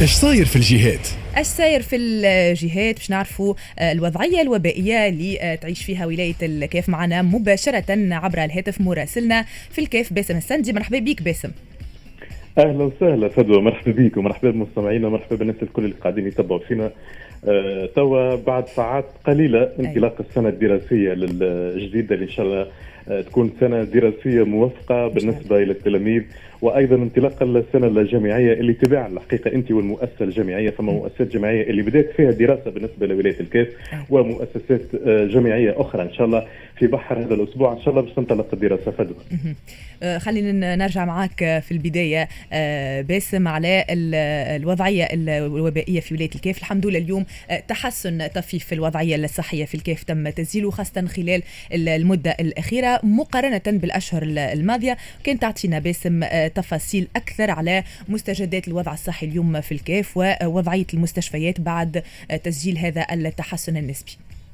ايش صاير في الجهات؟ ايش صاير في الجهات باش نعرفوا الوضعيه الوبائيه اللي تعيش فيها ولايه الكاف. معنا مباشره عبر الهاتف مراسلنا في الكاف باسم السندي. مرحبا بك باسم. اهلا وسهلا فدوى، مرحبا بك ومرحبا بالمستمعين ومرحبا بالناس الكل اللي قاعدين يتبعوا فينا. توا بعد ساعات قليله انطلاق السنه الدراسيه الجديده اللي ان شاء الله تكون سنه دراسيه موفقه بالنسبه الى التلاميذ، وايضا انطلاق السنه الجامعيه اللي تبع الحقيقه انت والمؤسسه الجامعيه. فما مؤسسات جامعيه اللي بدات فيها دراسه بالنسبه لولايه الكاف، ومؤسسات جامعيه اخرى ان شاء الله في بحر هذا الاسبوع ان شاء الله باش تنطلق الدراسه. فدوى خلينا نرجع معك في البدايه باسم على الوضعيه الوبائيه في ولايه الكاف. الحمد لله اليوم تحسن طفيف في الوضعيه الصحيه في الكاف تم تسجيله خاصه خلال المده الاخيره مقارنه بالاشهر الماضيه. كان تعطينا باسم تفاصيل اكثر على مستجدات الوضع الصحي اليوم في الكاف ووضعيه المستشفيات بعد تسجيل هذا التحسن النسبي.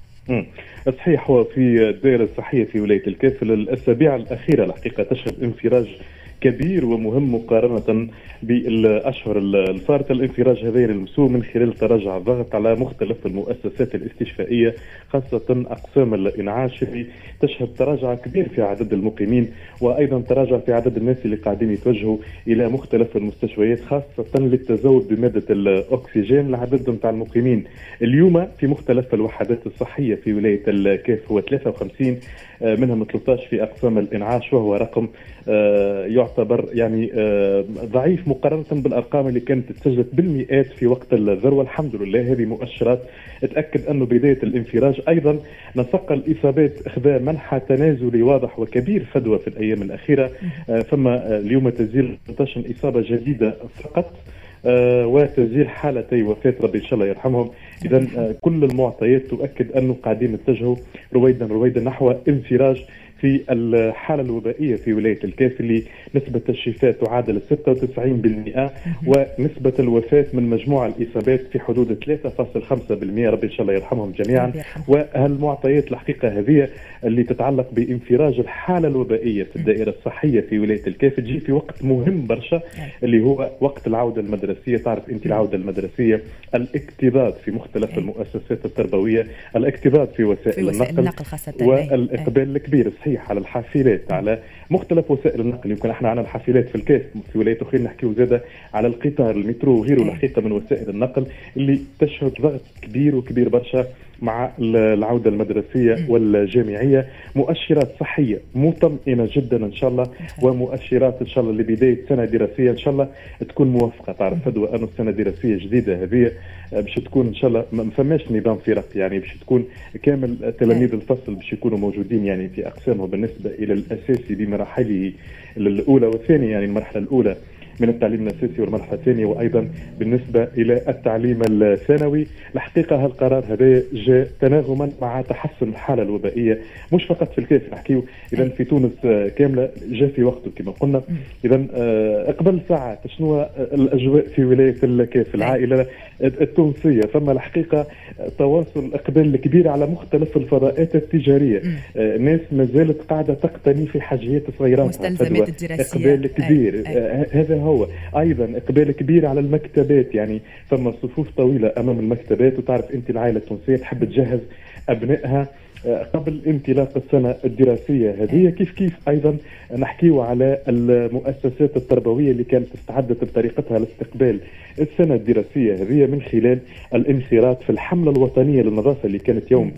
صحيح، هو في الدائرة الصحية في ولاية الكاف الأسابيع الأخيرة الحقيقة تشهد انفراج كبير ومهم مقارنة بالأشهر الفارقة. الانفراج هذا المسوم من خلال تراجع الضغط على مختلف المؤسسات الاستشفائية، خاصة أقسام الإنعاش اللي تشهد تراجع كبير في عدد المقيمين، وأيضا تراجع في عدد الناس اللي قاعدين يتوجهوا إلى مختلف المستشفيات خاصة للتزود بمادة الأكسجين لعدد متاع المقيمين. اليوم في مختلف الوحدات الصحية في ولاية الكاف هو 53 منهم 13 في أقسام الإنعاش، وهو رقم يعتبر يعني ضعيف مقارنة بالأرقام اللي كانت تسجلت بالمئات في وقت الذروة. الحمد لله هذه مؤشرات تأكد أنه بداية الانفراج. أيضا نسق الإصابات إخذ منحى تنازلي واضح وكبير فدوى في الأيام الأخيرة. فما اليوم تسجيل 18 إصابة جديدة فقط وتسجيل حالتي وفاة ربي إن شاء الله يرحمهم. إذن كل المعطيات تؤكد أنه قاعدين نتجهوا رويدا نحو انفراج في الحالة الوبائية في ولاية الكاف اللي نسبة الشفاء تعادل 96% ونسبة الوفاة من مجموع الإصابات في حدود 3.5%. ربي إن شاء الله يرحمهم جميعا. وهالمعطيات الحقيقة هذه اللي تتعلق بانفراج الحالة الوبائية في الدائرة الصحية في ولاية الكاف تجي في وقت مهم برشا اللي هو وقت العودة المدرسية. تعرف أنت العودة المدرسية، الاكتظاظ في مختلف المؤسسات التربوية، الاكتظاظ في وسائل النقل والإقبال الكبير صحيح على الحافلات، على مختلف وسائل النقل. يمكن احنا عندنا الحافلات في الكاف في ولاية أخرى نحكيو زاده على القطار المترو وغيره الحقيقة من وسائل النقل اللي تشهد ضغط كبير برشا مع العودة المدرسية والجامعية. مؤشرات صحية مطمئنة جدا إن شاء الله، ومؤشرات إن شاء الله لبداية سنة دراسية إن شاء الله تكون موفقة. تعرف فدوى أنه السنة الدراسية جديدة هذه باش تكون إن شاء الله ما فماش نظام فرق، يعني باش تكون كامل تلاميذ الفصل باش يكونوا موجودين يعني في أقسامه بالنسبة إلى الأساسي بمراحله الأولى والثانية، يعني المرحلة الأولى من التعليم الأساسي والمرحلة الثانية، وأيضا بالنسبة إلى التعليم الثانوي. الحقيقة هالقرار هذا جاء تناغما مع تحسن الحالة الوبائية مش فقط في الكاف نحكيو، إذا في تونس كاملة جاء في وقته كما قلنا. إذا قبل ساعة شنو الأجواء في ولاية الكاف العائلة التونسية؟ فما الحقيقة تواصل إقبال كبير على مختلف الفضاءات التجارية. ناس ما زالت قاعدة تقتني في حاجيات صغيرة، مستلزمات الدراسية، إقبال كبير. هذا هو أيضا إقبال كبير على المكتبات، يعني ثم صفوف طويلة أمام المكتبات. وتعرف أنت العائلة التونسية تحب تجهز أبنائها قبل انطلاق السنة الدراسية هذه. كيف أيضا نحكيو على المؤسسات التربوية اللي كانت استعدت بطريقتها لاستقبال السنة الدراسية هذه من خلال الانخراط في الحملة الوطنية للنظافة اللي كانت يوم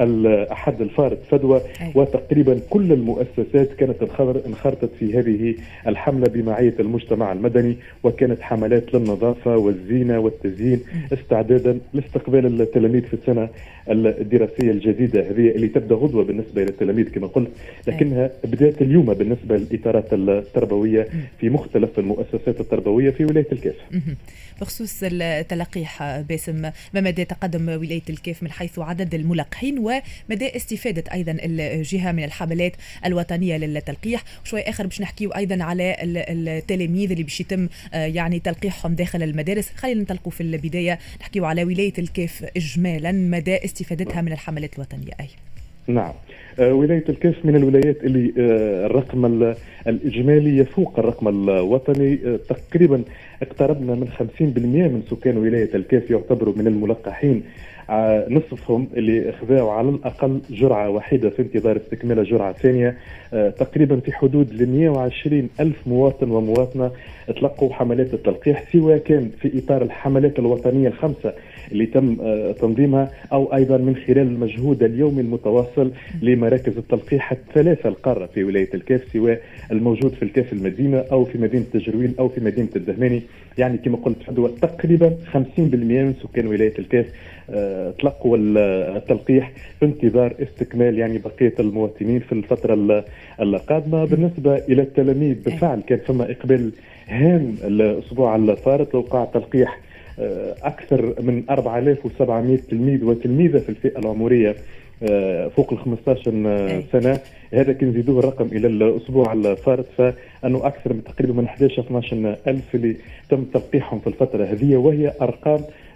الأحد الفارط فدوى. وتقريبا كل المؤسسات كانت انخرطت في هذه الحملة بمعية المجتمع المدني، وكانت حملات للنظافة والزينة والتزيين استعدادا لاستقبال التلاميذ في السنة الدراسية الجديدة هذه اللي تبدأ غدوة بالنسبة للتلاميذ كما قلت، لكنها بدأت اليوم بالنسبة للإطارات التربوية في مختلف المؤسسات التربوية في ولاية الكاف. بخصوص التلقيح باسم، ما مدى تقدم ولاية الكاف من حيث عدد الملقحين ومدى استفادة أيضا الجهة من الحملات الوطنية للتلقيح؟ وشوي آخر باش نحكيو أيضا على التلاميذ اللي باش يتم يعني تلقيحهم داخل المدارس. خلينا ننطلقوا في البداية نحكيو على ولاية الكاف إجمالا مدى استفادتها من الحملات الوطنية. نعم. ولاية الكاف من الولايات اللي الرقم الإجمالي يفوق الرقم الوطني. تقريبا اقتربنا من 50% من سكان ولاية الكاف يعتبروا من الملقحين، نصفهم اللي اخذوا على الأقل جرعة واحدة في انتظار استكمال جرعة ثانية. تقريبا في حدود 120 ألف مواطن ومواطنة تلقوا حملات التلقيح، سواء كان في إطار الحملات الوطنية الخمسة اللي تم تنظيمها، أو أيضا من خلال المجهود اليومي المتواصل لمراكز التلقيح الثلاثة القارة في ولاية الكاف، سواء الموجود في الكاف المدينة أو في مدينة تجروين أو في مدينة الدهماني. يعني كما قلت تقريبا 50% من سكان ولاية الكاف تلقوا التلقيح في انتظار استكمال يعني بقية المواطنين في الفترة القادمة. بالنسبة إلى التلاميذ بالفعل كان ثم إقبال هام الأسبوع الفارط، وقع تلقيح أكثر من 4700 تلميذ وتلميذة في الفئة العمرية فوق ال 15 سنة. هذا كان نزيدوه الرقم إلى الأسبوع الفارط، فأنه أكثر من تقريبا من 11-12 ألف اللي تم تلقيحهم في الفترة هذه، وهي أرقام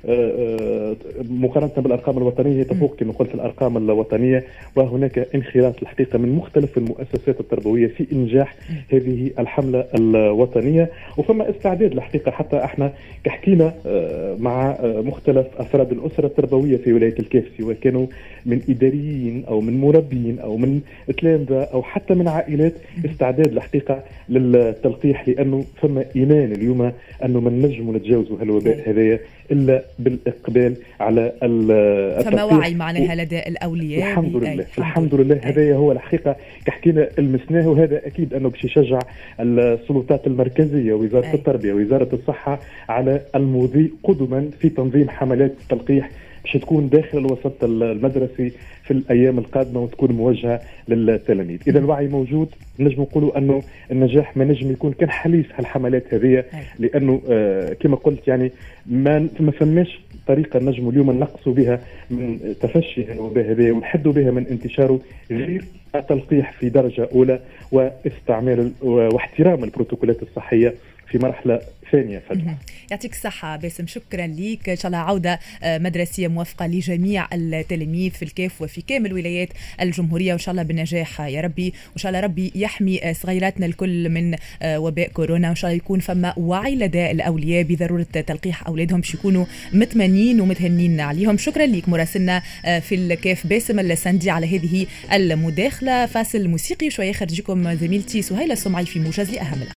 مقارنة بالأرقام الوطنية تفوق كما قلت الأرقام الوطنية. وهناك انخراط الحقيقة من مختلف المؤسسات التربوية في إنجاح هذه الحملة الوطنية، وفما استعداد الحقيقة. حتى احنا كحكينا مع مختلف أفراد الأسرة التربوية في ولاية الكاف، سواء كانوا من إداريين أو من مربين أو من تلامذة أو حتى من عائلات، استعداد الحقيقة للتلقيح، لأنه فما إيمان اليوم أنه من نجم نتجاوزوا هالوباء هذايا إلا بالإقبال على التلقيح. فما وعي معناها لدى الأولياء. الحمد لله الحمد لله. هذا هو الحقيقة كحكينا المسناه، وهذا أكيد أنه باش يشجع السلطات المركزية، وزارة التربية وزارة الصحة، على المضي قدما في تنظيم حملات التلقيح باش تكون داخل الوسط المدرسي في الأيام القادمة وتكون موجهة للتلاميذ. إذا الوعي موجود نجم نقولوا أنه النجاح ما نجم يكون كان حليف هالحملات هذه، لأنه كما قلت يعني ما فماش طريقة نجم اليوم نقصوا بها من تفشي الوباء هذه ونحدوا بها من انتشاره غير التلقيح في درجة أولى واستعمال واحترام البروتوكولات الصحية في مرحلة ثانية. يعطيك الصحة باسم، شكرا ليك. إن شاء الله عودة مدرسية موفقة لجميع التلاميذ في الكاف وفي كامل ولايات الجمهورية، وإن شاء الله بالنجاح يا ربي. وإن شاء الله ربي يحمي صغيراتنا الكل من وباء كورونا، وإن شاء الله يكون فما وعي لدى الأولياء بضرورة تلقيح أولادهم باش يكونوا مطمئنين ومتهنين عليهم. شكرا ليك مراسلنا في الكاف باسم السندي على هذه المداخلة. فاصل موسيقي شوية خرجكم زميلتي سهيلة السمعي في موجز لأهم